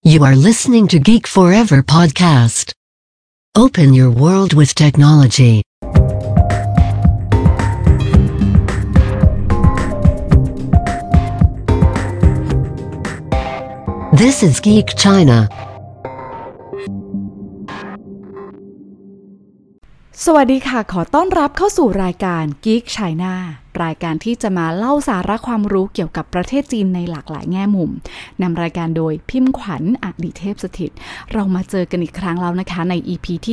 You are listening to Geek Forever podcast. Open your world with technology. This is Geek China. สวัสดีค่ะขอต้อนรับเข้าสู่รายการ Geek China รายการที่จะมาเล่าสาระความรู้เกี่ยวกับประเทศจีนในหลากหลายแง่มุมนำรายการโดยพิมพ์ขวัญอดิเทพสถิตเรามาเจอกันอีกครั้งแล้วนะคะใน EP ที่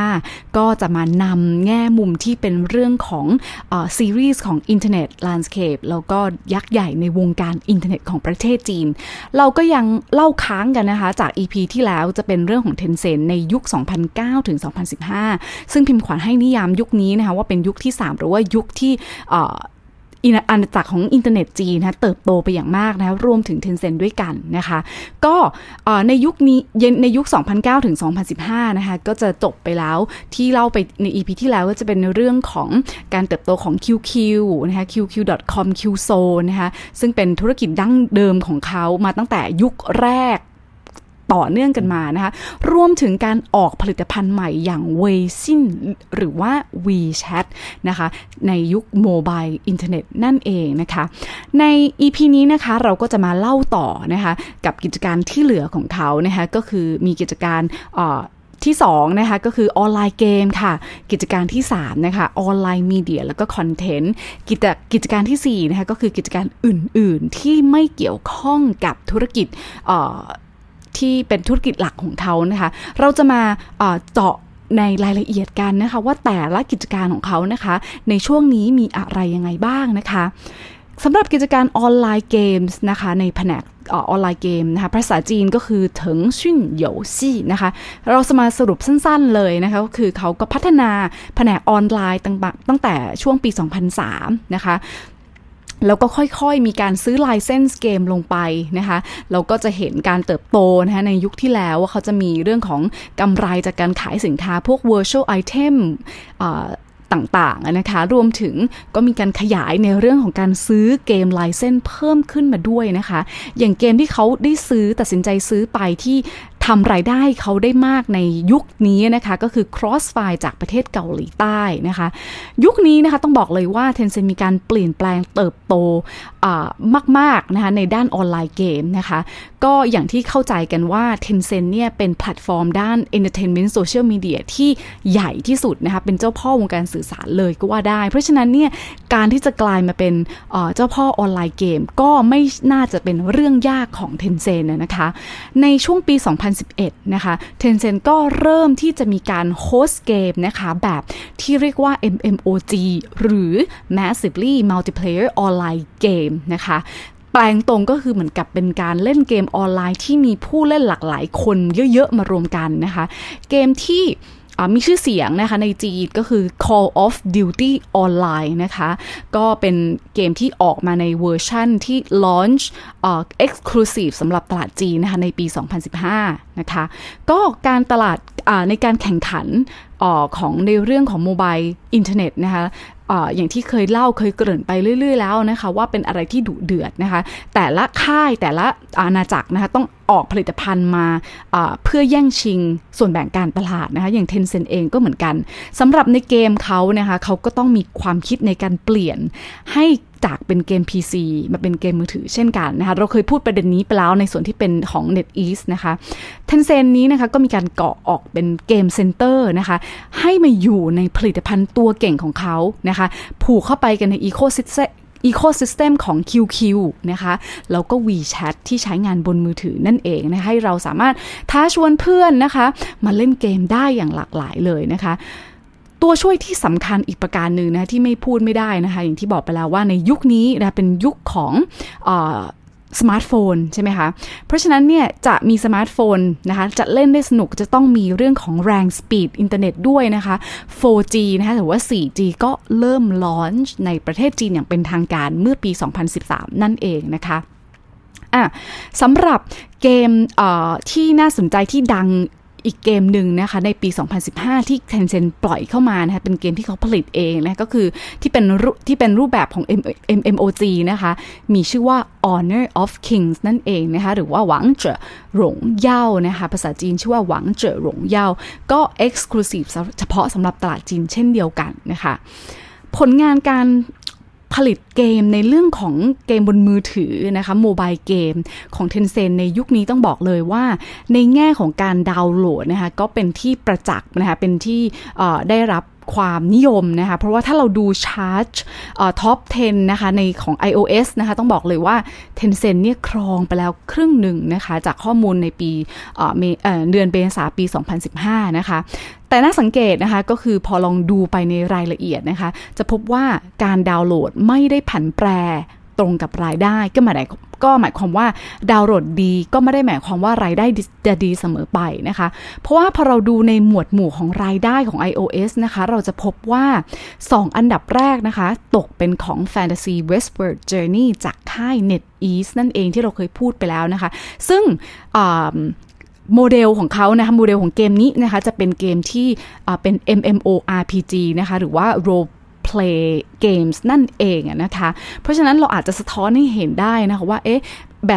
15ก็จะมานำแง่มุมที่เป็นเรื่องของซีรีส์ของ Internet Landscape แล้วก็ยักษ์ใหญ่ในวงการอินเทอร์เน็ตของประเทศจีนเราก็ยังเล่าค้างกันนะคะจาก EP ที่แล้วจะเป็นเรื่องของ Tencent ในยุค 2009 ถึง 2015 ซึ่งพิมพ์ขวัญให้นิยามยุคนี้นะคะว่าเป็นยุคที่3หรือว่ายุคที่อาณาจักรของอินเทอร์เน็ตจีนนะเติบโตไปอย่างมากนะรวมถึง Tencent ด้วยกันนะคะก็ในยุคนี้ในยุค 2009 ถึง 2015 นะคะก็จะจบไปแล้วที่เล่าไปใน EP ที่แล้วก็จะเป็นเรื่องของการเติบโตของ QQ นะคะ QQ.com QZone นะคะซึ่งเป็นธุรกิจดั้งเดิมของเขามาตั้งแต่ยุคแรกต่อเนื่องกันมานะคะรวมถึงการออกผลิตภัณฑ์ใหม่อย่างเว่ยซิ่นหรือว่า WeChat นะคะในยุคโมบายอินเทอร์เน็ตนั่นเองนะคะใน EP นี้นะคะเราก็จะมาเล่าต่อนะคะกับกิจการที่เหลือของเขานะคะก็คือมีกิจการที่2นะคะก็คือออนไลน์เกมค่ะกิจการที่3นะคะออนไลน์มีเดียแล้วก็คอนเทนต์กิจการที่4นะคะก็คือกิจการอื่นๆที่ไม่เกี่ยวข้องกับธุรกิจที่เป็นธุรกิจหลักของเขานะคะเราจะมาเจาะในรายละเอียดกันนะคะว่าแต่ละกิจการของเขานะคะในช่วงนี้มีอะไรยังไงบ้างนะคะสำหรับกิจการออนไลน์เกมส์นะคะในแผนกออนไลน์เกมนะคะภาษาจีนก็คือเถิงชุ่นเหยวซี่นะคะเราจะมาสรุปสั้นๆเลยนะคะก็คือเขาก็พัฒนาแผนกออนไลน์ตั้งแต่ช่วงปี 2003 นะคะแล้วก็ค่อยๆมีการซื้อไลเซนส์เกมลงไปนะคะเราก็จะเห็นการเติบโตนะคะในยุคที่แล้วว่าเขาจะมีเรื่องของกำไรจากการขายสินค้าพวก virtual item ต่างๆนะคะรวมถึงก็มีการขยายในเรื่องของการซื้อเกมไลเซนส์เพิ่มขึ้นมาด้วยนะคะอย่างเกมที่เขาได้ตัดสินใจซื้อไปที่ทำรายได้เขาได้มากในยุคนี้นะคะก็คือ Crossfire จากประเทศเกาหลีใต้นะคะยุคนี้นะคะต้องบอกเลยว่า Tencent มีการเปลี่ยนแปลงเติบโตมากๆนะคะในด้านออนไลน์เกมนะคะก็อย่างที่เข้าใจกันว่า Tencent เนี่ยเป็นแพลตฟอร์มด้าน Entertainment Social Media ที่ใหญ่ที่สุดนะคะเป็นเจ้าพ่อวงการสื่อสารเลยก็ว่าได้เพราะฉะนั้นเนี่ยการที่จะกลายมาเป็นเจ้าพ่อออนไลน์เกมก็ไม่น่าจะเป็นเรื่องยากของ Tencent นะคะในช่วงปี 2011 นะคะ Tencent ก็เริ่มที่จะมีการโฮสต์เกมนะคะแบบที่เรียกว่า MMOG หรือ Massively Multiplayer Online Game นะคะแปลงตรงก็คือเหมือนกับเป็นการเล่นเกมออนไลน์ที่มีผู้เล่นหลากหลายคนเยอะๆมารวมกันนะคะเกมที่มีชื่อเสียงนะคะในจีนก็คือ Call of Duty Online นะคะก็เป็นเกมที่ออกมาในเวอร์ชั่นที่ launch exclusive สำหรับตลาดจีนนะคะในปี 2015 นะคะก็การตลาดในการแข่งขันของในเรื่องของโมบายอินเทอร์เน็ตนะคะอย่างที่เคยเกริ่นไปเรื่อยๆแล้วนะคะว่าเป็นอะไรที่ดุเดือดนะคะแต่ละค่ายแต่ละอาณาจักรนะคะต้องออกผลิตภัณฑ์มาเพื่อแย่งชิงส่วนแบ่งการตลาดนะคะอย่าง Tencent เองก็เหมือนกันสำหรับในเกมเขานะคะเขาก็ต้องมีความคิดในการเปลี่ยนให้จากเป็นเกม PC มาเป็นเกมมือถือเช่นกันนะคะเราเคยพูดประเด็นนี้ไปแล้วในส่วนที่เป็นของ NetEase นะคะ Tencent นี้นะคะก็มีการเกาะออกเป็นเกมเซ็นเตอร์นะคะให้มาอยู่ในผลิตภัณฑ์ตัวเก่งของเขานะคะผูกเข้าไปกันในEcosystem ของ QQ นะคะแล้วก็ WeChat ที่ใช้งานบนมือถือนั่นเองนะคะให้เราสามารถท้าชวนเพื่อนนะคะมาเล่นเกมได้อย่างหลากหลายเลยนะคะตัวช่วยที่สำคัญอีกประการหนึ่งนะที่ไม่พูดไม่ได้นะคะอย่างที่บอกไปแล้วว่าในยุคนี้นะเป็นยุคของสมาร์ทโฟนใช่ไหมคะเพราะฉะนั้นเนี่ยจะมีสมาร์ทโฟนนะคะจะเล่นได้สนุกจะต้องมีเรื่องของแรงสปีดอินเทอร์เน็ตด้วยนะคะ 4G นะคะหรือว่า 4G ก็เริ่มลอนช์ในประเทศจีนอย่างเป็นทางการเมื่อปี 2013 นั่นเองนะคะสำหรับเกมที่น่าสนใจที่ดังอีกเกมหนึ่งนะคะในปี 2015 ที่ Tencent ปล่อยเข้ามานะคะเป็นเกมที่เขาผลิตเองนะก็คือที่เป็นรูปแบบของ MMOG นะคะมีชื่อว่า Honor of Kings นั่นเองนะคะหรือว่าหวังเจ๋อหลงเย่านะคะภาษาจีนชื่อว่าหวังเจ๋อหลงเย่าก็ Exclusive เฉพาะสำหรับตลาดจีนเช่นเดียวกันนะคะผลงานการผลิตเกมในเรื่องของเกมบนมือถือนะคะโมบายเกมของ Tencent ในยุคนี้ต้องบอกเลยว่าในแง่ของการดาวน์โหลดนะคะก็เป็นที่ประจักษ์นะคะเป็นที่ได้รับความนิยมนะคะเพราะว่าถ้าเราดูชาร์ตท็อป 10 นะคะในของ iOS นะคะต้องบอกเลยว่า Tencent เนี่ยครองไปแล้วครึ่งหนึ่งนะคะจากข้อมูลในปีเดือนเมษายนปี 2015 นะคะแต่น่าสังเกตนะคะก็คือพอลองดูไปในรายละเอียดนะคะจะพบว่าการดาวน์โหลดไม่ได้ผันแปรตรงกับรายได้ก็หมายความว่าดาวน์โหลดดีก็ไม่ได้หมายความว่ารายได้จะดีเสมอไปนะคะเพราะว่าพอเราดูในหมวดหมู่ของรายได้ของ iOS นะคะเราจะพบว่า2อันดับแรกนะคะตกเป็นของ Fantasy Westward Journey จากค่าย NetEase นั่นเองที่เราเคยพูดไปแล้วนะคะซึ่งโมเดลของเขานะคะโมเดลของเกมนี้นะคะจะเป็นเกมที่เป็น MMORPG นะคะหรือว่า Role Play Games นั่นเองนะคะเพราะฉะนั้นเราอาจจะสะท้อนให้เห็นได้นะคะว่าแบบ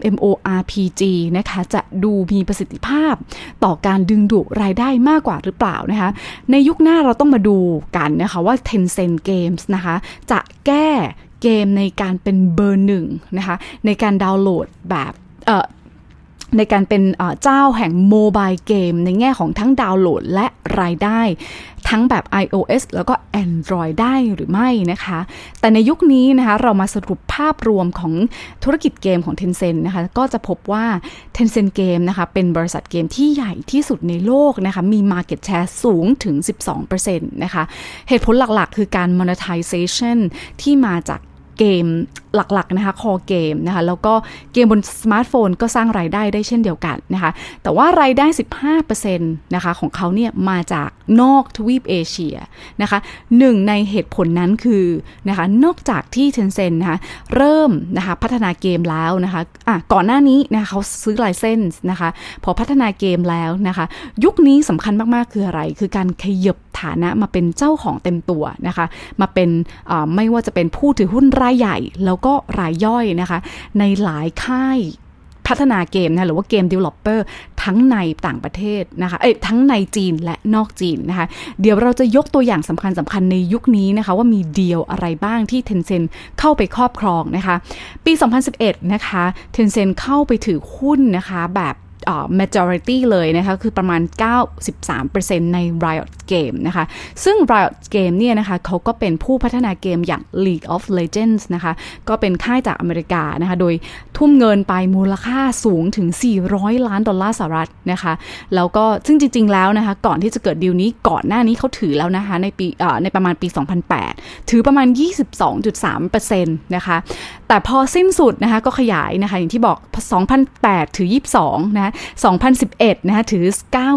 MMORPG นะคะจะดูมีประสิทธิภาพต่อการดึงดูดรายได้มากกว่าหรือเปล่านะคะในยุคหน้าเราต้องมาดูกันนะคะว่า Tencent Games นะคะจะแก้เกมในการเป็นเบอร์หนึ่งนะคะในการดาวน์โหลดแบบในการเป็นเจ้าแห่งโมบายเกมในแง่ของทั้งดาวน์โหลดและรายได้ทั้งแบบ iOS แล้วก็ Android ได้หรือไม่นะคะแต่ในยุคนี้นะคะเรามาสรุปภาพรวมของธุรกิจเกมของ Tencent นะคะก็จะพบว่า Tencent Game นะคะเป็นบริษัทเกมที่ใหญ่ที่สุดในโลกนะคะมี market share สูงถึง 12% นะคะเหตุผลหลักๆคือการ monetization ที่มาจากเกมหลักๆนะคะ core game นะคะแล้วก็เกมบนสมาร์ทโฟนก็สร้างรายได้ได้เช่นเดียวกันนะคะแต่ว่ารายได้ 15% นะคะของเขาเนี่ยมาจากนอกทวีปเอเชียนะคะหนึ่งในเหตุผลนั้นคือนะคะนอกจากที่ Tencent นะคะเริ่มนะคะพัฒนาเกมแล้วนะคะก่อนหน้านี้นะคะเขาซื้อไลเซนส์นะคะพอพัฒนาเกมแล้วนะคะยุคนี้สำคัญมากๆคืออะไรคือการขยับฐานะมาเป็นเจ้าของเต็มตัวนะคะมาเป็นไม่ว่าจะเป็นผู้ถือหุ้นรายใหญ่แล้วก็รายย่อยนะคะในหลายค่ายพัฒนาเกมนะหรือว่าเกม developer ทั้งในต่างประเทศนะคะทั้งในจีนและนอกจีนนะคะเดี๋ยวเราจะยกตัวอย่างสำคัญในยุคนี้นะคะว่ามีดีลอะไรบ้างที่ Tencent เข้าไปครอบครองนะคะปี 2011 นะคะ Tencent เข้าไปถือหุ้นนะคะแบบmajority เลยนะคะคือประมาณ 93% ใน Riot Game นะคะซึ่ง Riot Game เนี่ยนะคะเขาก็เป็นผู้พัฒนาเกมอย่าง League of Legends นะคะก็เป็นค่ายจากอเมริกานะคะโดยทุ่มเงินไปมูลค่าสูงถึง$400 ล้านนะคะแล้วก็ซึ่งจริงๆแล้วนะคะก่อนที่จะเกิดดีลนี้ก่อนหน้านี้เขาถือแล้วนะคะในประมาณปี 2008 ถือประมาณ 22.3% นะคะแต่พอสิ้นสุดนะคะก็ขยายนะคะอย่างที่บอก 2008 ถือ 22% นะ2011 นะคะถือ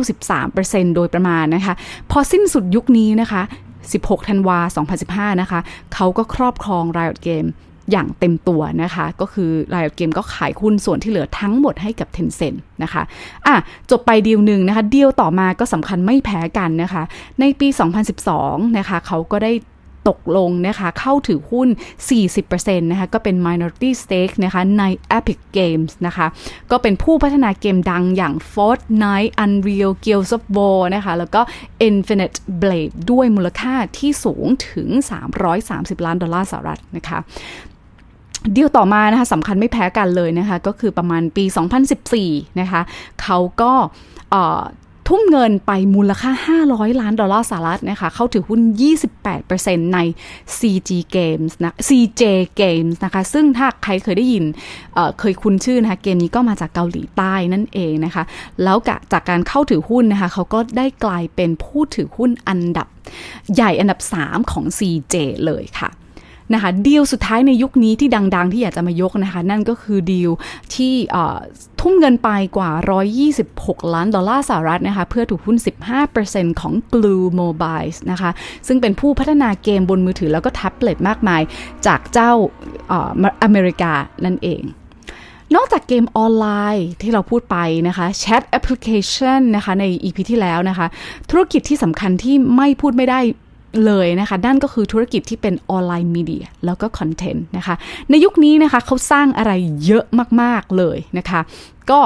93% โดยประมาณนะคะพอสิ้นสุดยุคนี้นะคะ16 ธันวาคม 2015 นะคะเขาก็ครอบครอง Riot Game อย่างเต็มตัวนะคะก็คือ Riot Game ก็ขายหุ้นส่วนที่เหลือทั้งหมดให้กับ Tencent นะคะจบไปดีลหนึ่งนะคะดีลต่อมาก็สำคัญไม่แพ้กันนะคะในปี 2012 นะคะเขาก็ได้ตกลงนะคะเข้าถือหุ้น 40% นะคะก็เป็น minority stake นะคะใน Epic Games นะคะก็เป็นผู้พัฒนาเกมดังอย่าง Fortnite, Unreal, Gears of War นะคะแล้วก็ Infinite Blade ด้วยมูลค่าที่สูงถึง$330 ล้านนะคะดีลต่อมานะคะสำคัญไม่แพ้กันเลยนะคะก็คือประมาณปี 2014 นะคะเขาก็ทุ่มเงินไปมูลค่า$500 ล้านนะคะเข้าถือหุ้น 28% ใน CJ Games นะคะซึ่งถ้าใครเคยได้ยินเคยคุ้นชื่อนะคะเกมนี้ก็มาจากเกาหลีใต้นั่นเองนะคะแล้วจากการเข้าถือหุ้นนะคะเขาก็ได้กลายเป็นผู้ถือหุ้นอันดับใหญ่อันดับ3ของ CJ เลยค่ะนะคะดีลสุดท้ายในยุคนี้ที่ดังๆที่อยากจะมายกนะคะนั่นก็คือดีลที่ทุ่มเงินไปกว่า$126 ล้านนะคะเพื่อถือหุ้น 15% ของ Glu Mobile นะคะซึ่งเป็นผู้พัฒนาเกมบนมือถือแล้วก็แท็บเล็ตมากมายจากเจ้าอเมริกานั่นเองนอกจากเกมออนไลน์ที่เราพูดไปนะคะแชทแอปพลิเคชันนะคะใน EP ที่แล้วนะคะธุรกิจที่สำคัญที่ไม่พูดไม่ได้เลยนะคะนั่นก็คือธุรกิจที่เป็นออนไลน์มีเดียแล้วก็คอนเทนต์นะคะในยุคนี้นะคะเขาสร้างอะไรเยอะมากๆเลยนะคะก็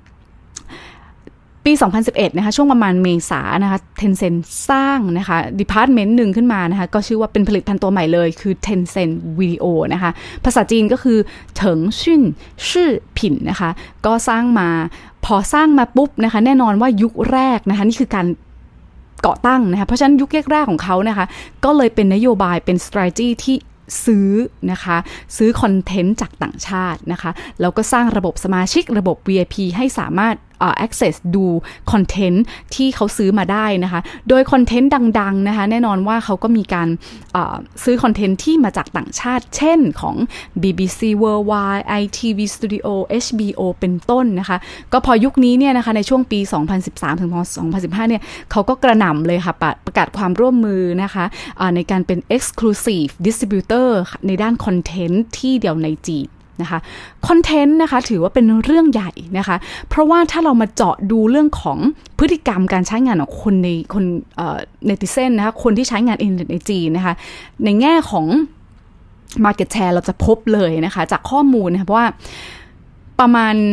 ปี 2011 นะคะช่วงประมาณเมษายนนะคะ Tencent สร้างนะคะ department หนึ่งขึ้นมานะคะก็ชื่อว่าเป็นผลิตภัณฑ์ตัวใหม่เลยคือ Tencent Video นะคะภาษาจีนก็คือเถิงชุนชื่อผินนะคะก็สร้างมาพอสร้างมาปุ๊บนะคะแน่นอนว่ายุคแรกนะคะนี่คือการก่อตั้งนะคะเพราะฉะนั้นยุคแรกๆของเขานะคะก็เลยเป็นนโยบายเป็น strategy ที่ซื้อนะคะซื้อคอนเทนต์จากต่างชาตินะคะแล้วก็สร้างระบบสมาชิกระบบ VIP ให้สามารถaccess ดูคอนเทนต์ที่เขาซื้อมาได้นะคะโดยคอนเทนต์ดังๆนะคะแน่นอนว่าเขาก็มีการซื้อคอนเทนต์ที่มาจากต่างชาติเช่นของ BBC Worldwide ITV Studio HBO เป็นต้นนะคะก็พอยุคนี้เนี่ยนะคะในช่วงปี 2013 ถึง 2015 เนี่ยเขาก็กระหน่ำเลยค่ะประกาศความร่วมมือนะคะในการเป็น Exclusive Distributor ในด้านคอนเทนต์ที่เดียวในจีนนะคะคอนเทนต์นะคะถือว่าเป็นเรื่องใหญ่นะคะเพราะว่าถ้าเรามาเจาะดูเรื่องของพฤติกรรมการใช้งานของคนเนติเซนนะคะคนที่ใช้งานอินเทอร์เน็ตในจีนนะคะในแง่ของ market share เราจะพบเลยนะคะจากข้อมูลนะคะว่าประมาณ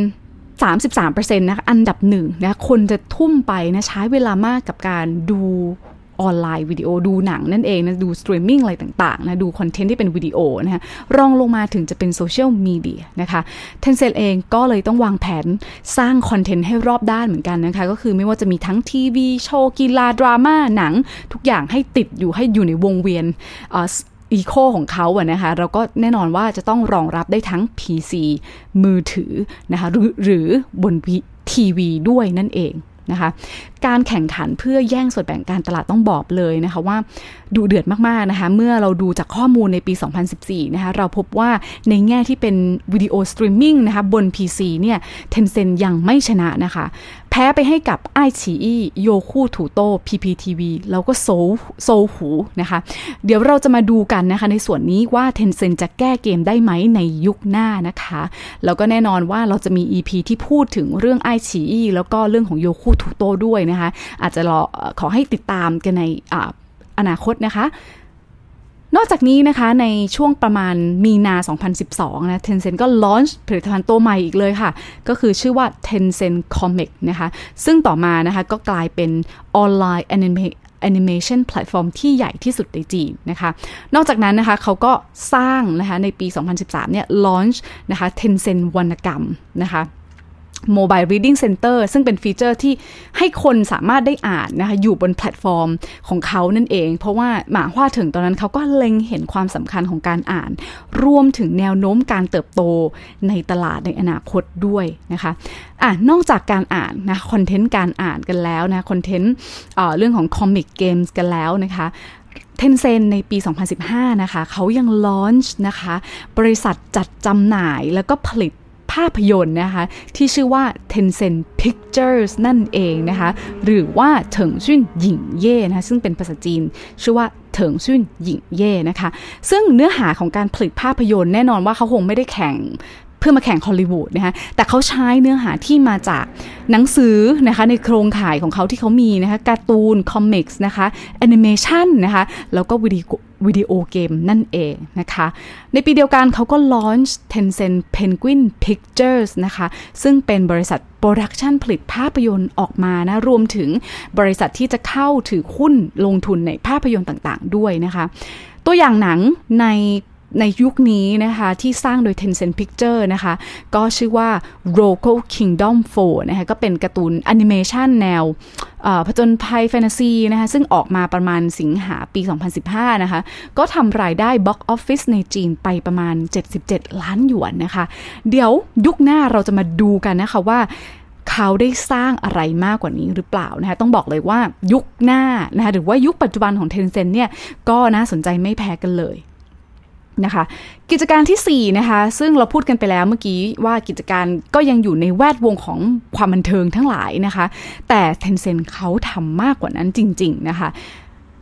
33% นะคะอันดับหนึ่งนะคนจะทุ่มไปนะใช้เวลามากกับการดูออนไลน์วิดีโอดูหนังนั่นเองนะดูสตรีมมิ่งอะไรต่างๆนะดูคอนเทนต์ที่เป็นวิดีโอนะคะรองลงมาถึงจะเป็นโซเชียลมีเดียนะคะ Tencent เองก็เลยต้องวางแผนสร้างคอนเทนต์ให้รอบด้านเหมือนกันนะคะก็คือไม่ว่าจะมีทั้งทีวีโชว์กีฬาดราม่าหนังทุกอย่างให้ติดอยู่ให้อยู่ในวงเวียนอีโคของเขาอะนะคะเราก็แน่นอนว่าจะต้องรองรับได้ทั้ง PC มือถือนะคะหรือบนทีวีด้วยนั่นเองนะคะการแข่งขันเพื่อแย่งส่วนแบ่งการตลาดต้องบอกเลยนะคะว่าดุเดือดมากๆนะคะเมื่อเราดูจากข้อมูลในปี 2014 นะคะเราพบว่าในแง่ที่เป็นวิดีโอสตรีมมิ่งนะคะบน PC เนี่ย Tencent ยังไม่ชนะนะคะแพ้ไปให้กับไอฉีอี้โยคู่ถูโต้ PPTV แล้วก็โซหูนะคะเดี๋ยวเราจะมาดูกันนะคะในส่วนนี้ว่า Tencent จะแก้เกมได้ไหมในยุคหน้านะคะแล้วก็แน่นอนว่าเราจะมี EP ที่พูดถึงเรื่องไอฉีอี้แล้วก็เรื่องของโยคู่ถูโต้ด้วยนะคะอาจจะขอให้ติดตามกันในอนาคตนะคะนอกจากนี้นะคะในช่วงประมาณมีนา 2012 นะ Tencent ก็ลอนช์ผลิตภัณฑ์ตัวใหม่อีกเลยค่ะก็คือชื่อว่า Tencent Comic นะคะซึ่งต่อมานะคะก็กลายเป็นออนไลน์แอนิเมชันแพลตฟอร์มที่ใหญ่ที่สุดในจีนนะคะนอกจากนั้นนะคะเขาก็สร้างนะคะในปี 2013 เนี่ยลอนช์นะคะ Tencent วรรณกรรมนะคะMobile Reading Center ซึ่งเป็นฟีเจอร์ที่ให้คนสามารถได้อ่านนะคะอยู่บนแพลตฟอร์มของเขานั่นเองเพราะว่าหมาฮว่าถึงตอนนั้นเขาก็เล็งเห็นความสำคัญของการอ่านรวมถึงแนวโน้มการเติบโตในตลาดในอนาคตด้วยนะคะนอกจากการอ่านนะคอนเทนต์การอ่านกันแล้วนะคอนเทนต์เรื่องของคอมิกเกมส์กันแล้วนะคะTencent ในปี 2015 นะคะเขายังลอนช์นะคะบริษัทจัดจำหน่ายแล้วก็ผลิตภาพยนตร์นะคะที่ชื่อว่า Tencent Pictures นั่นเองนะคะหรือว่าเถิงซุนหญิงเย่นะคะซึ่งเป็นภาษาจีนชื่อว่าเถิงซุนหญิงเย่นะคะซึ่งเนื้อหาของการผลิตภาพยนตร์แน่นอนว่าเขาคงไม่ได้แข่งเพื่อมาแข่งฮอลลีวูดนะคะแต่เขาใช้เนื้อหาที่มาจากหนังสือนะคะในโครงข่ายของเขาที่เขามีนะคะการ์ตูนคอมิกส์นะคะแอนิเมชันนะคะแล้วก็วิดีโอเกมนั่นเองนะคะในปีเดียวกันเขาก็ลอนช์ Tencent Penguin Pictures นะคะซึ่งเป็นบริษัทโปรดักชันผลิตภาพยนตร์ออกมานะรวมถึงบริษัทที่จะเข้าถือหุ้นลงทุนในภาพยนตร์ต่างๆด้วยนะคะตัวอย่างหนังในยุคนี้นะคะที่สร้างโดย Tencent Picture นะคะก็ชื่อว่า Roco Kingdom 4 นะคะก็เป็นการ์ตูนแอนิเมชันแนวผจญภัยแฟนตาซีนะคะซึ่งออกมาประมาณสิงหาปี 2015 นะคะก็ทำรายได้บ็อกซ์ออฟฟิศในจีนไปประมาณ77 ล้านหยวนนะคะเดี๋ยวยุคหน้าเราจะมาดูกันนะคะว่าเขาได้สร้างอะไรมากกว่านี้หรือเปล่านะคะต้องบอกเลยว่ายุคหน้านะคะหรือว่ายุคปัจจุบันของ Tencent เนี่ยก็น่าสนใจไม่แพ้กันเลยนะคะกิจการที่4นะคะซึ่งเราพูดกันไปแล้วเมื่อกี้ว่ากิจการก็ยังอยู่ในแวดวงของความบันเทิงทั้งหลายนะคะแต่ Tencent เขาทำมากกว่านั้นจริงๆนะคะ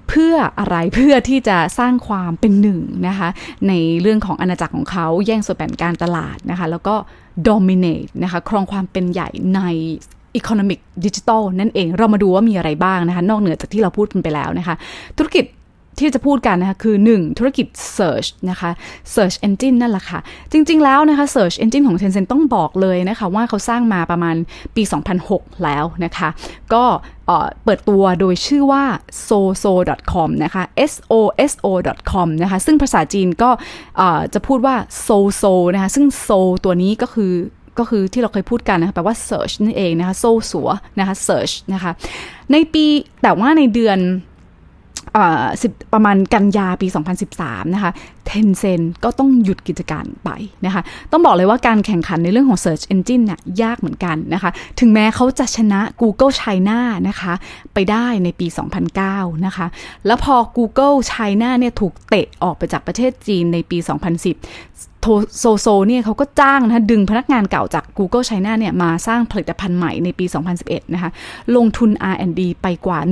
เพื่ออะไรเพื่อที่จะสร้างความเป็นหนึ่งนะคะในเรื่องของอาณาจักรของเขาแย่งส่วนแบ่งการตลาดนะคะแล้วก็ dominate นะคะครองความเป็นใหญ่ใน economic digital นั่นเองเรามาดูว่ามีอะไรบ้างนะคะนอกเหนือจากที่เราพูดกันไปแล้วนะคะธุรกิจที่จะพูดกันนะคะคือ1ธุรกิจ Search นะคะ Search Engine นั่นแหละค่ะจริงๆแล้วนะคะ Search Engine ของ Tencent ต้องบอกเลยนะคะว่าเขาสร้างมาประมาณปี 2006 แล้วนะคะก็เปิดตัวโดยชื่อว่า soso.com นะคะ soso.com นะคะซึ่งภาษาจีนก็จะพูดว่า soso นะคะซึ่ง so ตัวนี้ก็คือที่เราเคยพูดกันนะคะแปลว่า search นั่นเองนะคะโซ่สัวนะคะ search นะคะในปีแต่ว่าในเดือนประมาณกันยาปี 2013 นะคะ Tencent ก็ต้องหยุดกิจการไปนะคะต้องบอกเลยว่าการแข่งขันในเรื่องของ Search Engine เนี่ยยากเหมือนกันนะคะถึงแม้เขาจะชนะ Google China นะคะไปได้ในปี 2009 นะคะแล้วพอ Google China เนี่ยถูกเตะออกไปจากประเทศจีนในปี 2010โซเนี่ยเขาก็จ้างนะคะดึงพนักงานเก่าจาก Google China เนี่ยมาสร้างผลิตภัณฑ์ใหม่ในปี 2011 นะคะลงทุน R&D ไปกว่า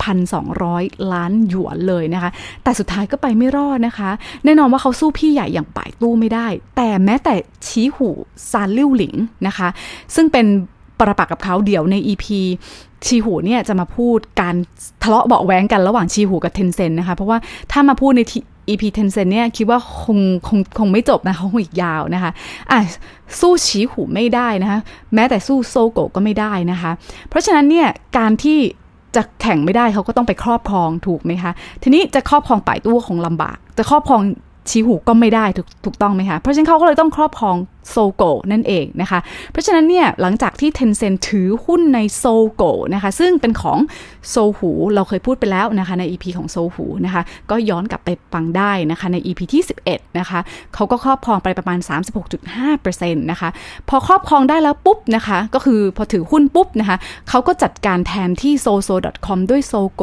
1,200 ล้านหยวนเลยนะคะแต่สุดท้ายก็ไปไม่รอดนะคะแน่นอนว่าเขาสู้พี่ใหญ่อย่างป่ายตู้ไม่ได้แต่แม้แต่ชี้หูซานลิ่วหลิงนะคะซึ่งเป็นปรปักษ์กับเขาเดี๋ยวใน EP ชีหูเนี่ยจะมาพูดการทะเลาะเบาะแว้งกันระหว่างชีหูกับ Tencent นะคะเพราะว่าถ้ามาพูดในEP Tencent เนี่ยคิดว่าคงไม่จบนะเขาคงอีกยาวนะคะสู้ฉีหูไม่ได้นะคะแม้แต่สู้โซโกะก็ไม่ได้นะคะเพราะฉะนั้นเนี่ยการที่จะแข่งไม่ได้เขาก็ต้องไปครอบครองถูกไหมคะทีนี้จะครอบครองป่ายตู้คงลำบากจะครอบครองชีหูก็ไม่ได้ถูกต้องไหมคะเพราะฉะนั้นเขาก็เลยต้องครอบครองโซโกะนั่นเองนะคะเพราะฉะนั้นเนี่ยหลังจากที่ Tencent ถือหุ้นในโซโกะนะคะซึ่งเป็นของโซหูเราเคยพูดไปแล้วนะคะใน EP ของโซหูนะคะก็ย้อนกลับไปฟังได้นะคะใน EP ที่11นะคะเขาก็ครอบครองไปประมาณ 36.5% นะคะพอครอบครองได้แล้วปุ๊บนะคะก็คือพอถือหุ้นปุ๊บนะคะเขาก็จัดการแทนที่ soso.com ด้วย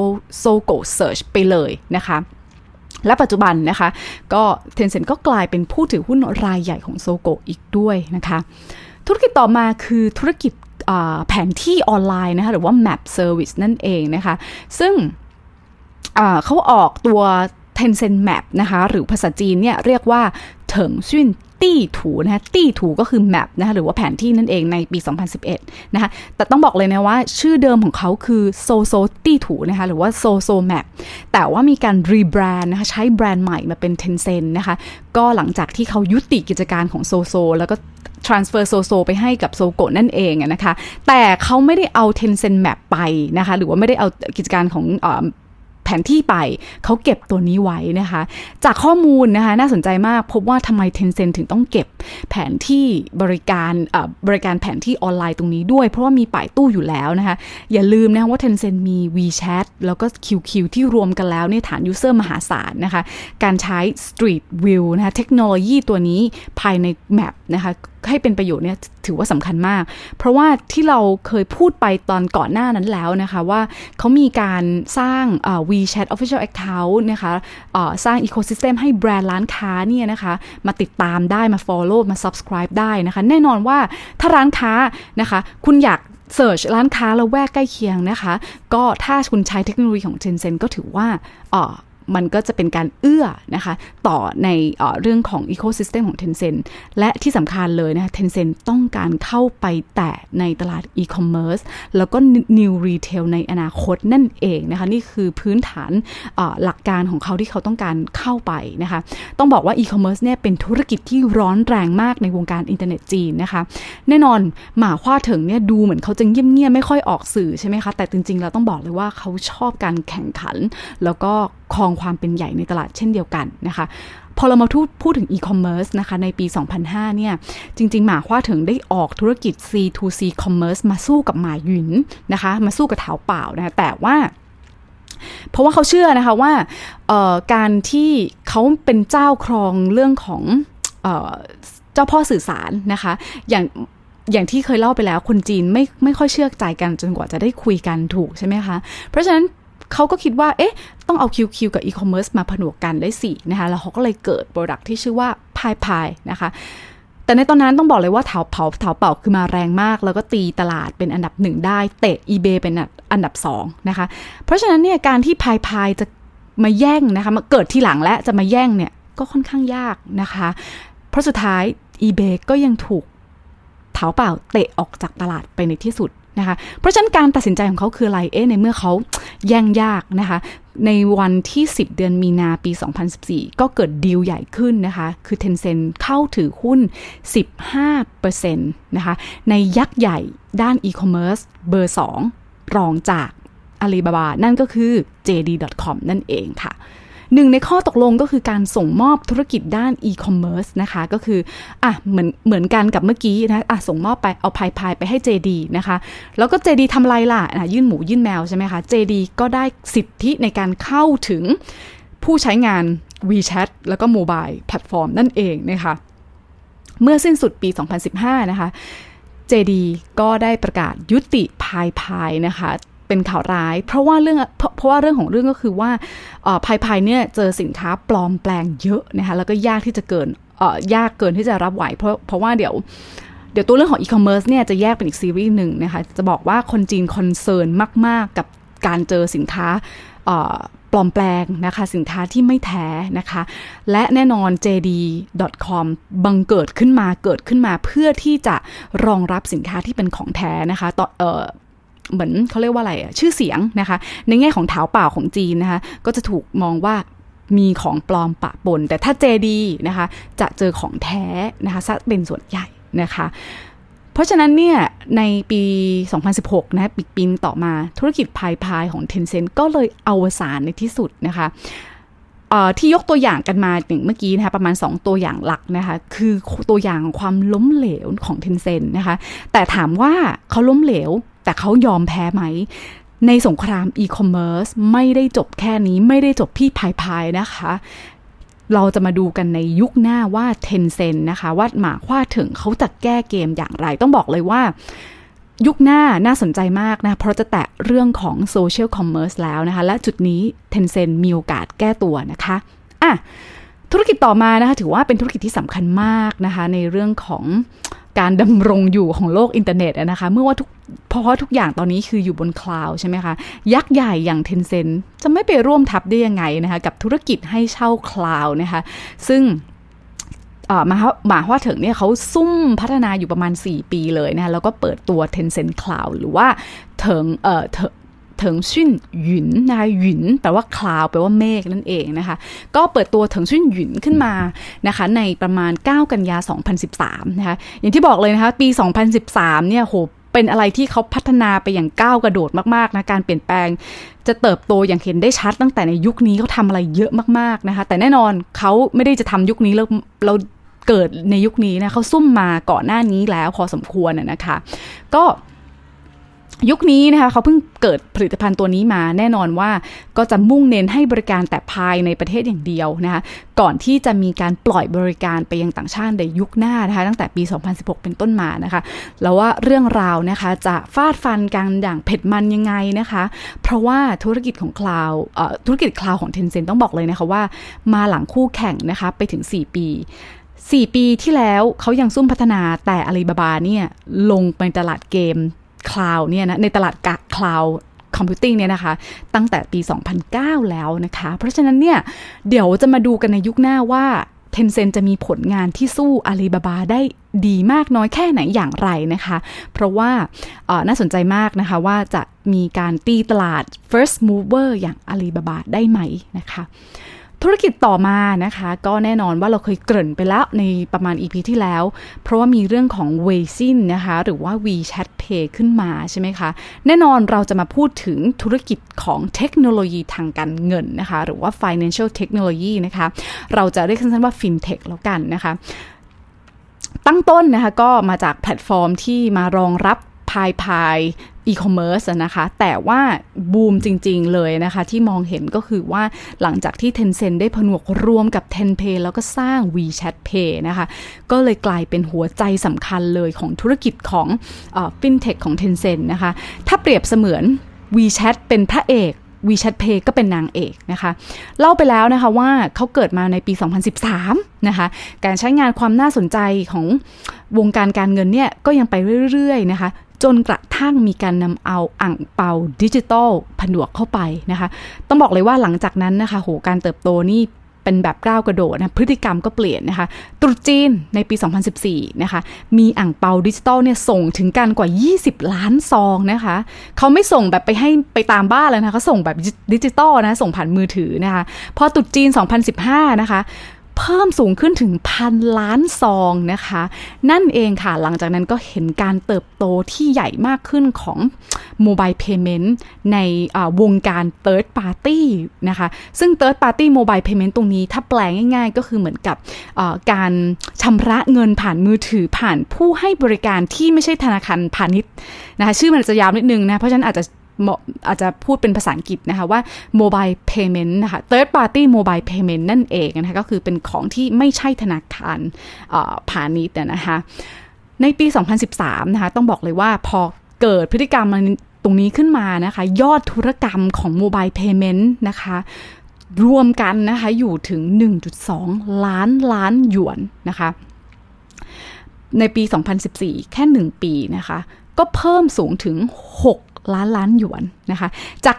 Sogo Search ไปเลยนะคะและปัจจุบันนะคะก็ Tencent ก็กลายเป็นผู้ถือหุ้นรายใหญ่ของโซโกะอีกด้วยนะคะธุรกิจต่อมาคือธุรกิจแผนที่ออนไลน์นะคะหรือว่า Map Service นั่นเองนะคะซึ่งเขาออกตัว Tencent Map นะคะหรือภาษาจีนเนี่ยเรียกว่าเถิงซุ่นตี้ถูนะคะตี้ถูก็คือ map นะคะหรือว่าแผนที่นั่นเองในปี 2011 นะคะแต่ต้องบอกเลยนะว่าชื่อเดิมของเขาคือโซโซตี้ถูนะคะหรือว่าโซโซ map แต่ว่ามีการรีแบรนด์นะคะใช้แบรนด์ใหม่มาเป็น Tencent นะคะก็หลังจากที่เขายุติกิจการของโซโซแล้วก็ transfer โซโซไปให้กับโซโกะนั่นเองนะคะแต่เขาไม่ได้เอา Tencent map ไปนะคะหรือว่าไม่ได้เอากิจการของแผนที่ไปเขาเก็บตัวนี้ไว้นะคะจากข้อมูลนะคะน่าสนใจมากพบว่าทำไม Tencent ถึงต้องเก็บแผนที่บริการแผนที่ออนไลน์ตรงนี้ด้วยเพราะว่ามีป่ายตู้อยู่แล้วนะคะอย่าลืมนะคะว่า Tencent มี WeChat แล้วก็ QQ ที่รวมกันแล้วเนี่ยฐานยูเซอร์มหาศาลนะคะการใช้ Street View นะคะเทคโนโลยีตัวนี้ภายในแมปนะคะให้เป็นประโยชน์เนี่ยถือว่าสำคัญมากเพราะว่าที่เราเคยพูดไปตอนก่อนหน้านั้นแล้วนะคะว่าเขามีการสร้างWeChat Official Account นะคะสร้าง Ecosystem ให้แบรนด์ร้านค้าเนี่ยนะคะมาติดตามได้มา follow มา subscribe ได้นะคะแน่นอนว่าถ้าร้านค้านะคะคุณอยากsearch ร้านค้าละแวกใกล้เคียงนะคะก็ถ้าคุณใช้เทคโนโลยีของ Tencent ก็ถือว่ามันก็จะเป็นการเอื้อนะคะต่อในเรื่องของ ecosystem ของ Tencent และที่สำคัญเลยนะคะ Tencent ต้องการเข้าไปแตะในตลาด e-commerce แล้วก็ new retail ในอนาคตนั่นเองนะคะนี่คือพื้นฐานหลักการของเขาที่เขาต้องการเข้าไปนะคะต้องบอกว่า e-commerce เนี่ยเป็นธุรกิจที่ร้อนแรงมากในวงการอินเทอร์เน็ตจีนนะคะแน่นอนหมาฮว่าเถิงเนี่ยดูเหมือนเขาจะเงียบๆไม่ค่อยออกสื่อใช่ไหมคะแต่จริงๆเราต้องบอกเลยว่าเขาชอบการแข่งขันแล้วก็ครองความเป็นใหญ่ในตลาดเช่นเดียวกันนะคะพอเรามาพูดถึง e-commerce นะคะในปี 2005 เนี่ยจริงๆหมาฮว่าเถิงได้ออกธุรกิจ C2C commerce มาสู้กับหมาหยุนนะคะมาสู้กับเถาเป่านะคะแต่ว่าเพราะว่าเขาเชื่อนะคะว่าการที่เขาเป็นเจ้าครองเรื่องของเจ้าพ่อสื่อสารนะคะอย่างที่เคยเล่าไปแล้วคนจีนไม่ค่อยเชื่อใจกันจนกว่าจะได้คุยกันถูกใช่ไหมคะเพราะฉะนั้นเขาก็คิดว่าต้องเอา QQ กับ e-commerce มาผนวกกันได้สินะคะแล้วเขาก็เลยเกิด product ที่ชื่อว่าพายนะคะแต่ในตอนนั้นต้องบอกเลยว่าเถาเป่าคือมาแรงมากแล้วก็ตีตลาดเป็นอันดับ1ได้เตะ eBay เป็นอันดับ2นะคะเพราะฉะนั้นเนี่ยการที่พายจะมาแย่งนะคะมาเกิดทีหลังและจะมาแย่งเนี่ยก็ค่อนข้างยากนะคะเพราะสุดท้าย eBay ก็ยังถูกเท้าเปล่าเตะออกจากตลาดไปในที่สุดนะคะเพราะฉะนั้นการตัดสินใจของเขาคืออะไรในเมื่อเขาแย่งยากนะคะในวันที่10เดือนมีนาปี2014ก็เกิดดีลใหญ่ขึ้นนะคะคือ Tencent เข้าถือหุ้น 15% นะคะในยักษ์ใหญ่ด้านอีคอมเมิร์ซเบอร์2รองจากอาลีบาบานั่นก็คือ JD.com นั่นเองค่ะหนึ่งในข้อตกลงก็คือการส่งมอบธุรกิจด้านอีคอมเมิร์ซนะคะก็คือเหมือนกันกับเมื่อกี้นะส่งมอบไปเอาพายไปให้ JD นะคะแล้วก็ JD ทำอะไรล่ะยื่นหมูยื่นแมวใช่ไหมคะ JD ก็ได้สิทธิในการเข้าถึงผู้ใช้งาน WeChat แล้วก็โมบายแพลตฟอร์มนั่นเองนะคะเมื่อสิ้นสุดปี2015นะคะ JD ก็ได้ประกาศยุติพายนะคะเป็นข่าวร้ายเพราะว่าเรื่องของเรื่องก็คือว่าพายเนี่ยเจอสินค้าปลอมแปลงเยอะนะคะแล้วก็ยากที่จะยากเกินที่จะรับไหวเพราะว่าเดี๋ยวตัวเรื่องของอีคอมเมิร์ซเนี่ยจะแยกเป็นอีกซีรีส์หนึ่งนะคะจะบอกว่าคนจีนคอนเซิร์นมากๆกับการเจอสินค้าปลอมแปลงนะคะสินค้าที่ไม่แท้นะคะและแน่นอน JD.com เกิดขึ้นมาเพื่อที่จะรองรับสินค้าที่เป็นของแท้นะคะเหมือนเขาเรียกว่าอะไรชื่อเสียงนะคะในแง่ของเท้าเปล่าของจีนนะคะก็จะถูกมองว่ามีของปลอมปะปนแต่ถ้า JD นะคะจะเจอของแท้นะคะซะเป็นส่วนใหญ่นะคะเพราะฉะนั้นเนี่ยในปี2016นะปีต่อมาธุรกิจพายของ Tencent ก็เลยอวสานในที่สุดนะคะที่ยกตัวอย่างกันมาอย่างเมื่อกี้นะคะประมาณ2ตัวอย่างหลักนะคะคือตัวอย่างของความล้มเหลวของ Tencent นะคะแต่ถามว่าเขาล้มเหลวแต่เขายอมแพ้ไหมในสงครามอีคอมเมิร์ซไม่ได้จบแค่นี้ไม่ได้จบที่พายนะคะเราจะมาดูกันในยุคหน้าว่า Tencent นะคะว่าหมาคว้าถึงเขาจะแก้เกมอย่างไรต้องบอกเลยว่ายุคหน้าน่าสนใจมากนะเพราะจะแตะเรื่องของโซเชียลคอมเมิร์ซแล้วนะคะและจุดนี้ Tencent มีโอกาสแก้ตัวนะคะธุรกิจต่อมานะคะถือว่าเป็นธุรกิจที่สำคัญมากนะคะในเรื่องของการดำรงอยู่ของโลกอินเทอร์เน็ตนะคะเพราะว่าทุกอย่างตอนนี้คืออยู่บนคลาวด์ใช่ไหมคะยักษ์ใหญ่อย่าง Tencent จะไม่ไปร่วมทัพได้ยังไงนะคะกับธุรกิจให้เช่าคลาวด์นะคะซึ่งหมาฮวาเถิงเนี่ยเขาซุ่มพัฒนาอยู่ประมาณ4ปีเลยนะคะแล้วก็เปิดตัว Tencent Cloud หรือว่าเถิงซุ่นหยุนนะคะหยุนแปลว่าคลาวแปลว่าเมฆนั่นเองนะคะก็เปิดตัวเถิงซุ่นหยุนขึ้นมานะคะในประมาณ9กันยา2013นะคะอย่างที่บอกเลยนะคะปี2013เนี่ยโหเป็นอะไรที่เขาพัฒนาไปอย่างก้าวกระโดดมากๆนะการเปลี่ยนแปลงจะเติบโตอย่างเห็นได้ชัดตั้งแต่ในยุคนี้เขาทำอะไรเยอะมากๆนะคะแต่แน่นอนเขาไม่ได้จะทำยุคนี้แล้วเราเกิดในยุคนี้นะเขาซุ่มมาก่อนหน้านี้แล้วพอสมควรนะคะก็ยุคนี้นะคะเขาเพิ่งเกิดผลิตภัณฑ์ตัวนี้มาแน่นอนว่าก็จะมุ่งเน้นให้บริการแต่ภายในประเทศอย่างเดียวนะคะก่อนที่จะมีการปล่อยบริการไปยังต่างชาติในยุคหน้านะคะตั้งแต่ปี2016เป็นต้นมานะคะแล้วว่าเรื่องราวนะคะจะฟาดฟันกันอย่างเผ็ดมันยังไงนะคะเพราะว่าธุรกิจของคลาวธุรกิจคลาวของ Tencent ต้องบอกเลยนะคะว่ามาหลังคู่แข่งนะคะไปถึง4 ปีที่แล้วเขายังซุ่มพัฒนาแต่อาลีบาบาเนี่ยลงไปตลาดเกมคลาวด์เนี่ยนะในตลาดคลาวด์คอมพิวติ้งเนี่ยนะคะตั้งแต่ปี2009แล้วนะคะเพราะฉะนั้นเนี่ยเดี๋ยวจะมาดูกันในยุคหน้าว่า Tencent จะมีผลงานที่สู้อาลีบาบาได้ดีมากน้อยแค่ไหนอย่างไรนะคะเพราะว่าน่าสนใจมากนะคะว่าจะมีการตีตลาด first mover อย่างอาลีบาบาได้ไหมนะคะธุรกิจต่อมานะคะก็แน่นอนว่าเราเคยเกริ่นไปแล้วในประมาณ EP ที่แล้วเพราะว่ามีเรื่องของ Weixin นะคะหรือว่า WeChat Pay ขึ้นมาใช่ไหมคะแน่นอนเราจะมาพูดถึงธุรกิจของเทคโนโลยีทางการเงินนะคะหรือว่า Financial Technology นะคะเราจะเรียกสั้นๆว่า FinTech แล้วกันนะคะตั้งต้นนะคะก็มาจากแพลตฟอร์มที่มารองรับพายอีคอมเมิร์ซนะคะแต่ว่าบูมจริงๆเลยนะคะที่มองเห็นก็คือว่าหลังจากที่ Tencent ได้ผนวกรวมกับ Tenpay แล้วก็สร้าง WeChat Pay นะคะก็เลยกลายเป็นหัวใจสำคัญเลยของธุรกิจของFinTech ของ Tencent นะคะถ้าเปรียบเสมือน WeChat เป็นพระเอก WeChat Pay ก็เป็นนางเอกนะคะเล่าไปแล้วนะคะว่าเขาเกิดมาในปี2013นะคะการใช้งานความน่าสนใจของวงการการเงินเนี่ยก็ยังไปเรื่อยๆนะคะจนกระทั่งมีการนำเอาอั่งเปาดิจิทัลผนวกเข้าไปนะคะต้องบอกเลยว่าหลังจากนั้นนะคะโหการเติบโตนี่เป็นแบบก้าวกระโดดนะพฤติกรรมก็เปลี่ยนนะคะตรุษจีนในปี 2014 นะคะมีอั่งเปาดิจิทัลเนี่ยส่งถึงกันกว่า20 ล้านซองนะคะเขาไม่ส่งแบบไปตามบ้านแล้วนะเขาส่งแบบดิจิทัลนะส่งผ่านมือถือนะคะพอตรุษจีน 2015 นะคะเพิ่มสูงขึ้นถึง1,000 ล้านซองนะคะนั่นเองค่ะหลังจากนั้นก็เห็นการเติบโตที่ใหญ่มากขึ้นของ Mobile Payment ในวงการ Third Party นะคะซึ่ง Third Party Mobile Payment ตรงนี้ถ้าแปลง่ายๆก็คือเหมือนกับการชำระเงินผ่านมือถือผ่านผู้ให้บริการที่ไม่ใช่ธนาคารพาณิชย์นะคะชื่อมันจะยาวนิดนึงนะเพราะฉะนั้นอาจจะพูดเป็นภาษาอังกฤษนะคะว่า mobile payment นะคะ third party mobile payment นั่นเองนะคะก็คือเป็นของที่ไม่ใช่ธนาคารพาณิชย์นะคะในปี 2013 นะคะต้องบอกเลยว่าพอเกิดพฤติกรรมตรงนี้ขึ้นมานะคะยอดธุรกรรมของ mobile payment นะคะรวมกันนะคะอยู่ถึง 1.2 ล้านหยวนนะคะในปี 2014 แค่ 1 ปีนะคะก็เพิ่มสูงถึง6 ล้านหยวนนะคะจาก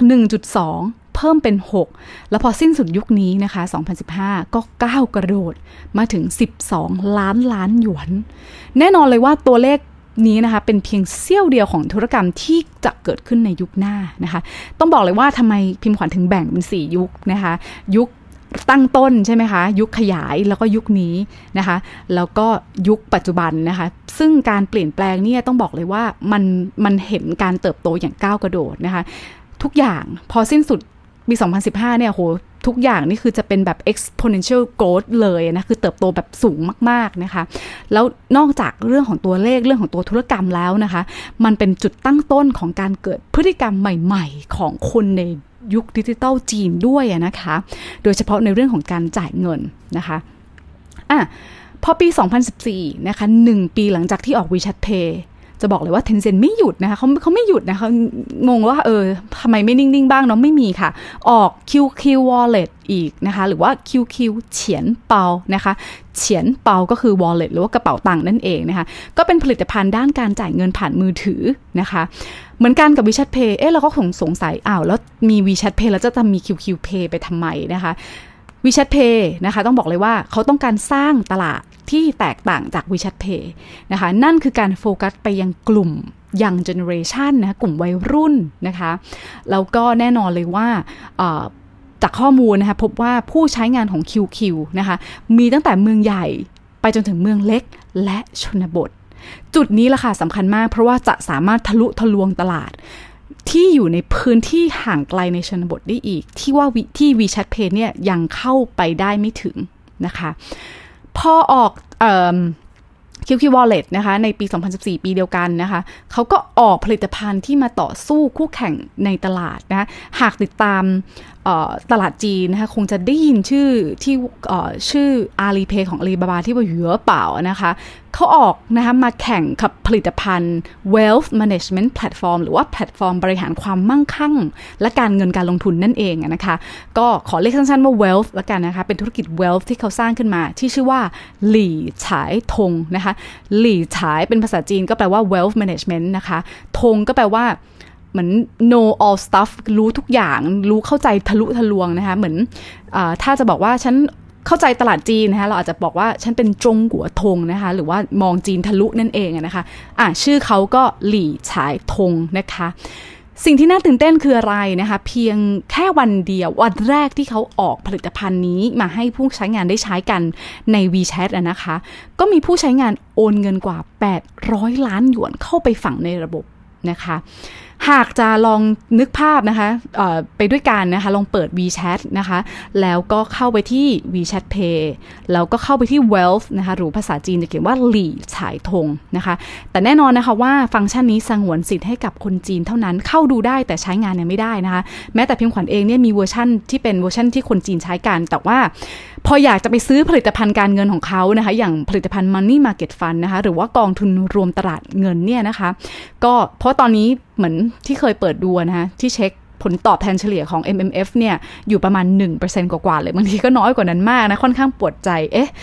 1.2 เพิ่มเป็น6แล้วพอสิ้นสุดยุคนี้นะคะ2015ก็ก้าวกระโดดมาถึง12 ล้านหยวนแน่นอนเลยว่าตัวเลขนี้นะคะเป็นเพียงเสี้ยวเดียวของธุรกรรมที่จะเกิดขึ้นในยุคหน้านะคะต้องบอกเลยว่าทำไมพิมพ์ขวัญถึงแบ่งเป็น4ยุคนะคะยุคตั้งต้นใช่ไหมคะยุคขยายแล้วก็ยุคนี้นะคะแล้วก็ยุคปัจจุบันนะคะซึ่งการเปลี่ยนแปลงเนี่ยต้องบอกเลยว่ามันเห็นการเติบโตอย่างก้าวกระโดดนะคะทุกอย่างพอสิ้นสุดปี 2015 เนี่ยโหทุกอย่างนี่คือจะเป็นแบบ exponential growth เลยนะคือเติบโตแบบสูงมากๆนะคะแล้วนอกจากเรื่องของตัวเลขเรื่องของตัวธุรกรรมแล้วนะคะมันเป็นจุดตั้งต้นของการเกิดพฤติกรรมใหม่ๆของคนในยุคดิจิทัลจีนด้วยนะคะโดยเฉพาะในเรื่องของการจ่ายเงินนะคะพอปี 2014 นะคะ1 ปีหลังจากที่ออก WeChat Pay จะบอกเลยว่า Tencent ไม่หยุดนะคะเขาไม่หยุดนะคะงงว่าทำไมไม่นิ่งๆบ้างเนาะไม่มีค่ะออก QQ Wallet อีกนะคะหรือว่า QQ เฉียนเปานะคะเฉียนเปาก็คือ Wallet หรือว่ากระเป๋าตังค์นั่นเองนะคะก็เป็นผลิตภัณฑ์ด้านการจ่ายเงินผ่านมือถือนะคะเหมือนกันกับ WeChat Pay เราก็สงสัยแล้วมี WeChat Pay แล้วจะมี QQ Pay ไปทำไมนะคะ WeChat Pay นะคะต้องบอกเลยว่าเขาต้องการสร้างตลาดที่แตกต่างจาก WeChat Pay นะคะนั่นคือการโฟกัสไปยังกลุ่มยังเจเนอเรชันนะคะกลุ่มวัยรุ่นนะคะแล้วก็แน่นอนเลยว่าจากข้อมูลนะคะพบว่าผู้ใช้งานของ QQ นะคะมีตั้งแต่เมืองใหญ่ไปจนถึงเมืองเล็กและชนบทจุดนี้ล่ะค่ะสำคัญมากเพราะว่าจะสามารถทะลุทะลวงตลาดที่อยู่ในพื้นที่ห่างไกลในชนบทได้อีกที่ WeChat Pay เนี่ยยังเข้าไปได้ไม่ถึงนะคะพอออกQQ Wallet นะคะในปี 2014 ปีเดียวกันนะคะเขาก็ออกผลิตภัณฑ์ที่มาต่อสู้คู่แข่งในตลาดนะหากติดตามตลาดจีนนะคะคงจะได้ยินชื่อ Alipay ของ Alibaba ที่ว่าเหยื่อเปล่านะคะเขาออกนะคะมาแข่งกับผลิตภัณฑ์ Wealth Management Platform หรือว่าแพลตฟอร์มบริหารความมั่งคั่งและการเงินการลงทุนนั่นเองนะคะก็ขอเรียกสั้นๆว่า Wealth ละกันนะคะเป็นธุรกิจ Wealth ที่เขาสร้างขึ้นมาที่ชื่อว่าหลี่ฉายทงนะคะหลี่ฉายเป็นภาษาจีนก็แปลว่า Wealth Management นะคะทงก็แปลว่าเหมือน know all stuff รู้ทุกอย่างรู้เข้าใจทะลุทะลวงนะคะเหมือนถ้าจะบอกว่าฉันเข้าใจตลาดจีนนะคะเราอาจจะบอกว่าฉันเป็นจงกัวทงนะคะหรือว่ามองจีนทะลุนั่นเองนะคะชื่อเขาก็หลี่ฉายทงนะคะสิ่งที่น่าตื่นเต้นคืออะไรนะคะเพียงแค่วันเดียววันแรกที่เขาออกผลิตภัณฑ์นี้มาให้ผู้ใช้งานได้ใช้กันใน WeChat นะคะก็มีผู้ใช้งานโอนเงินกว่า800 ล้านหยวนเข้าไปฝังในระบบนะคะหากจะลองนึกภาพนะคะไปด้วยกันนะคะลองเปิด WeChat นะคะแล้วก็เข้าไปที่ WeChat Pay แล้วก็เข้าไปที่ Wealth นะคะหรือภาษาจีนจะเขียนว่าหลี่ฉายทงนะคะแต่แน่นอนนะคะว่าฟังก์ชันนี้สงวนสิทธิ์ให้กับคนจีนเท่านั้นเข้าดูได้แต่ใช้งานยังไม่ได้นะคะแม้แต่พิมพ์ขวัญเองเนี่ยมีเวอร์ชันที่เป็นเวอร์ชันที่คนจีนใช้กันแต่ว่าพออยากจะไปซื้อผลิตภัณฑ์การเงินของเขานะคะอย่างผลิตภัณฑ์ Money Market Fund นะคะหรือว่ากองทุนรวมตลาดเงินเนี่ยนะคะก็เพราะตอนนี้เหมือนที่เคยเปิดดูนะคะที่เช็คผลตอบแทนเฉลี่ยของ MMF เนี่ยอยู่ประมาณ 1% กว่าๆเลยบางทีก็น้อยกว่านั้นมากนะค่อนข้างปวดใจ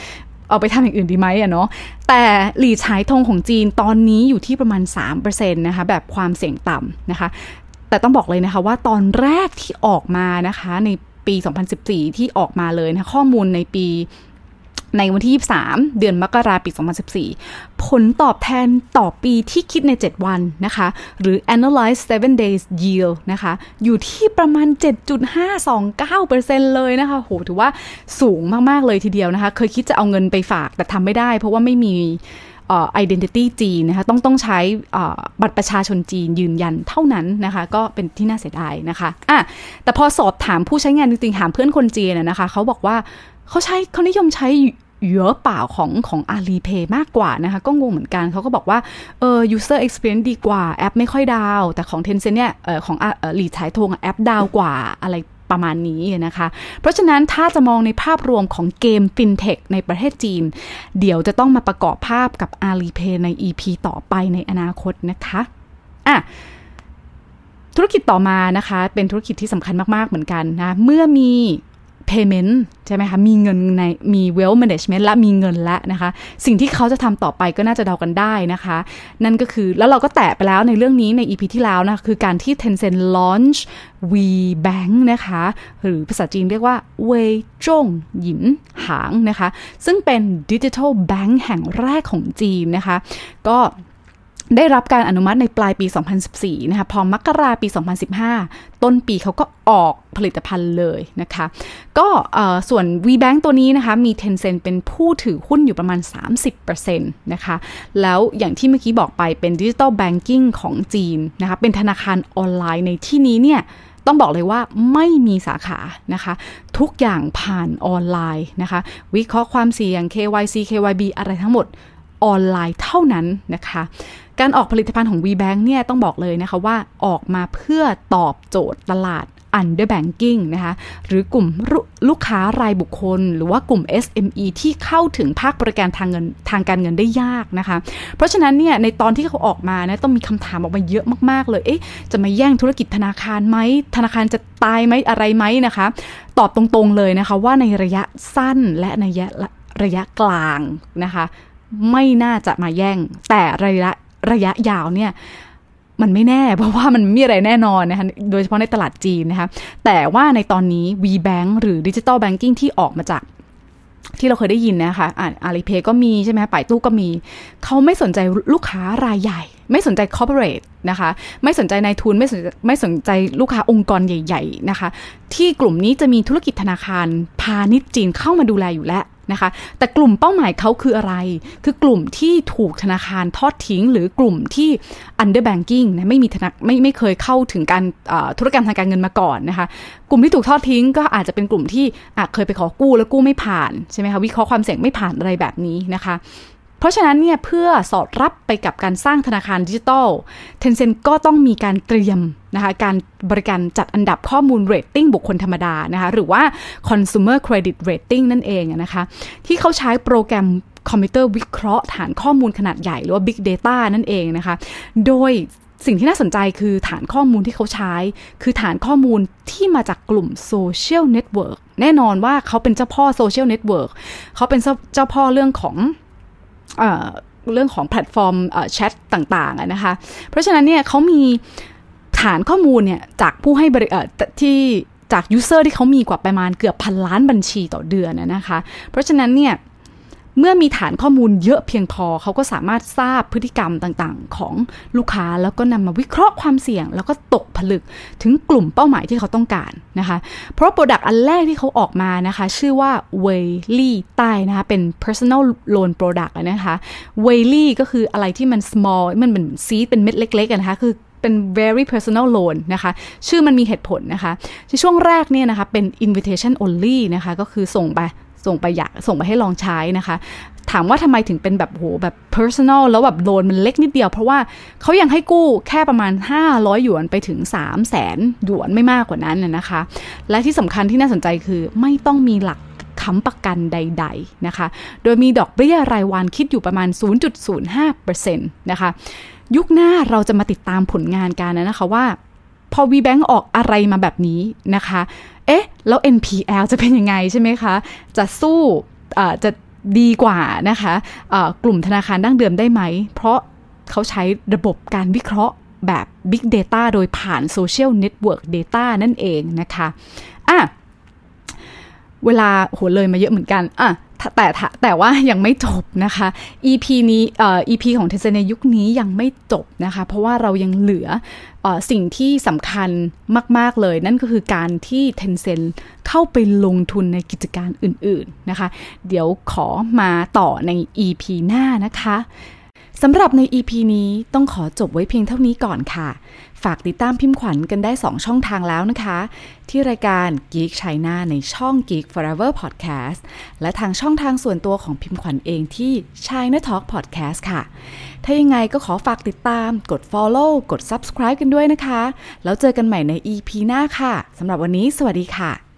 เอาไปทำอย่างอื่นดีไหมเนาะแต่หลี่ฉายทงของจีนตอนนี้อยู่ที่ประมาณ 3% นะคะแบบความเสี่ยงต่ำนะคะแต่ต้องบอกเลยนะคะว่าตอนแรกที่ออกมานะคะในปี 2014 ที่ออกมาเลยนะข้อมูลในวันที่23เดือนมกราคมปี 2014ผลตอบแทนต่อปีที่คิดใน 7 วันนะคะหรือ annualized 7 days yield นะคะอยู่ที่ประมาณ 7.529% เลยนะคะโหถือว่าสูงมากๆเลยทีเดียวนะคะเคยคิดจะเอาเงินไปฝากแต่ทำไม่ได้เพราะว่าไม่มีidentity จีนนะคะต้องใช้บัตรประชาชนจีนยืนยันเท่านั้นนะคะก็เป็นที่น่าเสียดายนะคะแต่พอสอบถามผู้ใช้งานจริงๆถามเพื่อนคนจีนนะคะเขาบอกว่าเขานิยมใช้เยอะเปล่าของ Alipay มากกว่านะคะก็งงเหมือนกันเขาก็บอกว่าuser experience ดีกว่าแอปไม่ค่อยดาวแต่ของ Tencent เนี่ยของหลี่ฉายทงแอปดาวกว่าอะไรประมาณนี้นะคะเพราะฉะนั้นถ้าจะมองในภาพรวมของเกม FinTech ในประเทศจีนเดี๋ยวจะต้องมาประกอบภาพกับ Alipay ใน EP ต่อไปในอนาคตนะคะธุรกิจต่อมานะคะเป็นธุรกิจที่สำคัญมากๆเหมือนกันนะเมื่อมีpayment ใช่ไหมคะมีเงินมี wealth management และมีเงินแล้วนะคะสิ่งที่เขาจะทำต่อไปก็น่าจะเดากันได้นะคะนั่นก็คือแล้วเราก็แตะไปแล้วในเรื่องนี้ใน EP ที่แล้วนะคือการที่ Tencent launch WeBank นะคะหรือภาษาจีนเรียกว่าเว่ยจงหยินหางนะคะซึ่งเป็น Digital Bank แห่งแรกของจีนนะคะก็ได้รับการอนุมัติในปลายปี 2014 นะคะพอมกราปี 2015 ต้นปีเขาก็ออกผลิตภัณฑ์เลยนะคะก็ส่วน WeBank ตัวนี้นะคะมี Tencent เป็นผู้ถือหุ้นอยู่ประมาณ 30% นะคะแล้วอย่างที่เมื่อกี้บอกไปเป็น Digital Banking ของจีนนะคะเป็นธนาคารออนไลน์ในที่นี้เนี่ยต้องบอกเลยว่าไม่มีสาขานะคะทุกอย่างผ่านออนไลน์นะคะวิเคราะห์ความเสี่ยง KYC KYB อะไรทั้งหมดออนไลน์เท่านั้นนะคะการออกผลิตภัณฑ์ของ WeBank เนี่ยต้องบอกเลยนะคะว่าออกมาเพื่อตอบโจทย์ตลาด Under Banking นะคะหรือกลุ่มลูกค้ารายบุคคลหรือว่ากลุ่ม SME ที่เข้าถึงภาคบริการทางการเงินได้ยากนะคะเพราะฉะนั้นเนี่ยในตอนที่เขาออกมานะต้องมีคำถามออกมาเยอะมากๆเลยจะมาแย่งธุรกิจธนาคารไหมธนาคารจะตายไหมอะไรไหมนะคะตอบตรงๆเลยนะคะว่าในระยะสั้นและในระยะกลางนะคะไม่น่าจะมาแย่งแต่ระยะยาวเนี่ยมันไม่แน่เพราะว่ามันไม่มีอะไรแน่นอนนะคะโดยเฉพาะในตลาดจีนนะคะแต่ว่าในตอนนี้ WeBank หรือ Digital Banking ที่ออกมาจากที่เราเคยได้ยินนะคะAlipay ก็มีใช่ไหมป่ายตู้ก็มีเขาไม่สนใจลูกค้ารายใหญ่ไม่สนใจ corporate นะคะไม่สนใจนายทุนไม่สนใจลูกค้าองค์กรใหญ่ๆนะคะที่กลุ่มนี้จะมีธุรกิจธนาคารพาณิชย์จีนเข้ามาดูแลอยู่แล้วนะคะแต่กลุ่มเป้าหมายเขาคืออะไรคือกลุ่มที่ถูกธนาคารทอดทิ้งหรือกลุ่มที่ under banking นะไม่เคยเข้าถึงการธุรกรรมทางการเงินมาก่อนนะคะกลุ่มที่ถูกทอดทิ้งก็อาจจะเป็นกลุ่มที่เคยไปขอกู้แล้วกู้ไม่ผ่านใช่ไหมคะวิเคราะห์ความเสี่ยงไม่ผ่านอะไรแบบนี้นะคะเพราะฉะนั้นเนี่ยเพื่อสอดรับไปกับการสร้างธนาคารดิจิทัล Tencent ก็ต้องมีการเตรียมนะคะการบริการจัดอันดับข้อมูลเรตติ้งบุคคลธรรมดานะคะหรือว่า consumer credit rating นั่นเองนะคะที่เขาใช้โปรแกรมคอมพิวเตอร์วิเคราะห์ฐานข้อมูลขนาดใหญ่หรือว่า big data นั่นเองนะคะโดยสิ่งที่น่าสนใจคือฐานข้อมูลที่เขาใช้คือฐานข้อมูลที่มาจากกลุ่มโซเชียลเน็ตเวิร์กแน่นอนว่าเขาเป็นเจ้าพ่อโซเชียลเน็ตเวิร์กเขาเป็นเจ้าพ่อเรื่องของแพลตฟอร์มแชทต่างๆนะคะเพราะฉะนั้นเนี่ยเขามีฐานข้อมูลเนี่ยจากผู้ให้ที่จากยูเซอร์ที่เขามีกว่าประมาณเกือบ1,000 ล้านบัญชีต่อเดือนนะคะเพราะฉะนั้นเนี่ยเมื่อมีฐานข้อมูลเยอะเพียงพอเขาก็สามารถทราบพฤติกรรมต่างๆของลูกค้าแล้วก็นำมาวิเคราะห์ความเสี่ยงแล้วก็ตกผลึกถึงกลุ่มเป้าหมายที่เขาต้องการนะคะเพราะ Product อันแรกที่เขาออกมานะคะชื่อว่าเว่ยลี่ใต้นะคะเป็น personal loan product นะคะเว่ยลี่ก็คืออะไรที่มัน small มันเหมือนซีดเป็นเม็ดเล็กๆนะคะคือเป็น very personal loan นะคะชื่อมันมีเหตุผลนะคะในช่วงแรกเนี่ยนะคะเป็น invitation only นะคะก็คือส่งไปให้ลองใช้นะคะถามว่าทำไมถึงเป็นแบบแบบ personal แล้วแบบโลนมันเล็กนิดเดียวเพราะว่าเขายังให้กู้แค่ประมาณ500หยวนไปถึง 300,000 หยวนไม่มากกว่านั้นนะคะและที่สำคัญที่น่าสนใจคือไม่ต้องมีหลักค้ำประกันใดๆนะคะโดยมีดอกเบี้ยรายวันคิดอยู่ประมาณ 0.05% นะคะยุคหน้าเราจะมาติดตามผลงานกันนะคะว่าพอ WeBank ออกอะไรมาแบบนี้นะคะแล้ว NPL จะเป็นยังไงใช่ไหมคะจะสู้ดีกว่านะคะกลุ่มธนาคารดั้งเดิมได้ไหมเพราะเขาใช้ระบบการวิเคราะห์แบบ Big Data โดยผ่าน Social Network Data นั่นเองนะคะเวลาเลยมาเยอะเหมือนกันแต่ว่ายังไม่จบนะคะ EP นี้EP ของ Tencent ในยุคนี้ยังไม่จบนะคะเพราะว่าเรายังเหลือสิ่งที่สำคัญมากๆเลยนั่นก็คือการที่ Tencent เข้าไปลงทุนในกิจการอื่นๆนะคะเดี๋ยวขอมาต่อใน EP หน้านะคะสำหรับใน EP นี้ต้องขอจบไว้เพียงเท่านี้ก่อนค่ะฝากติดตามพิมพ์ขวัญกันได้2ช่องทางแล้วนะคะที่รายการ Geek China ในช่อง Geek Forever Podcast และทางช่องทางส่วนตัวของพิมพ์ขวัญเองที่ China Talk Podcast ค่ะถ้ายังไงก็ขอฝากติดตามกด follow กด subscribe กันด้วยนะคะแล้วเจอกันใหม่ใน EP หน้าค่ะสำหรับวันนี้สวัสดีค่ะ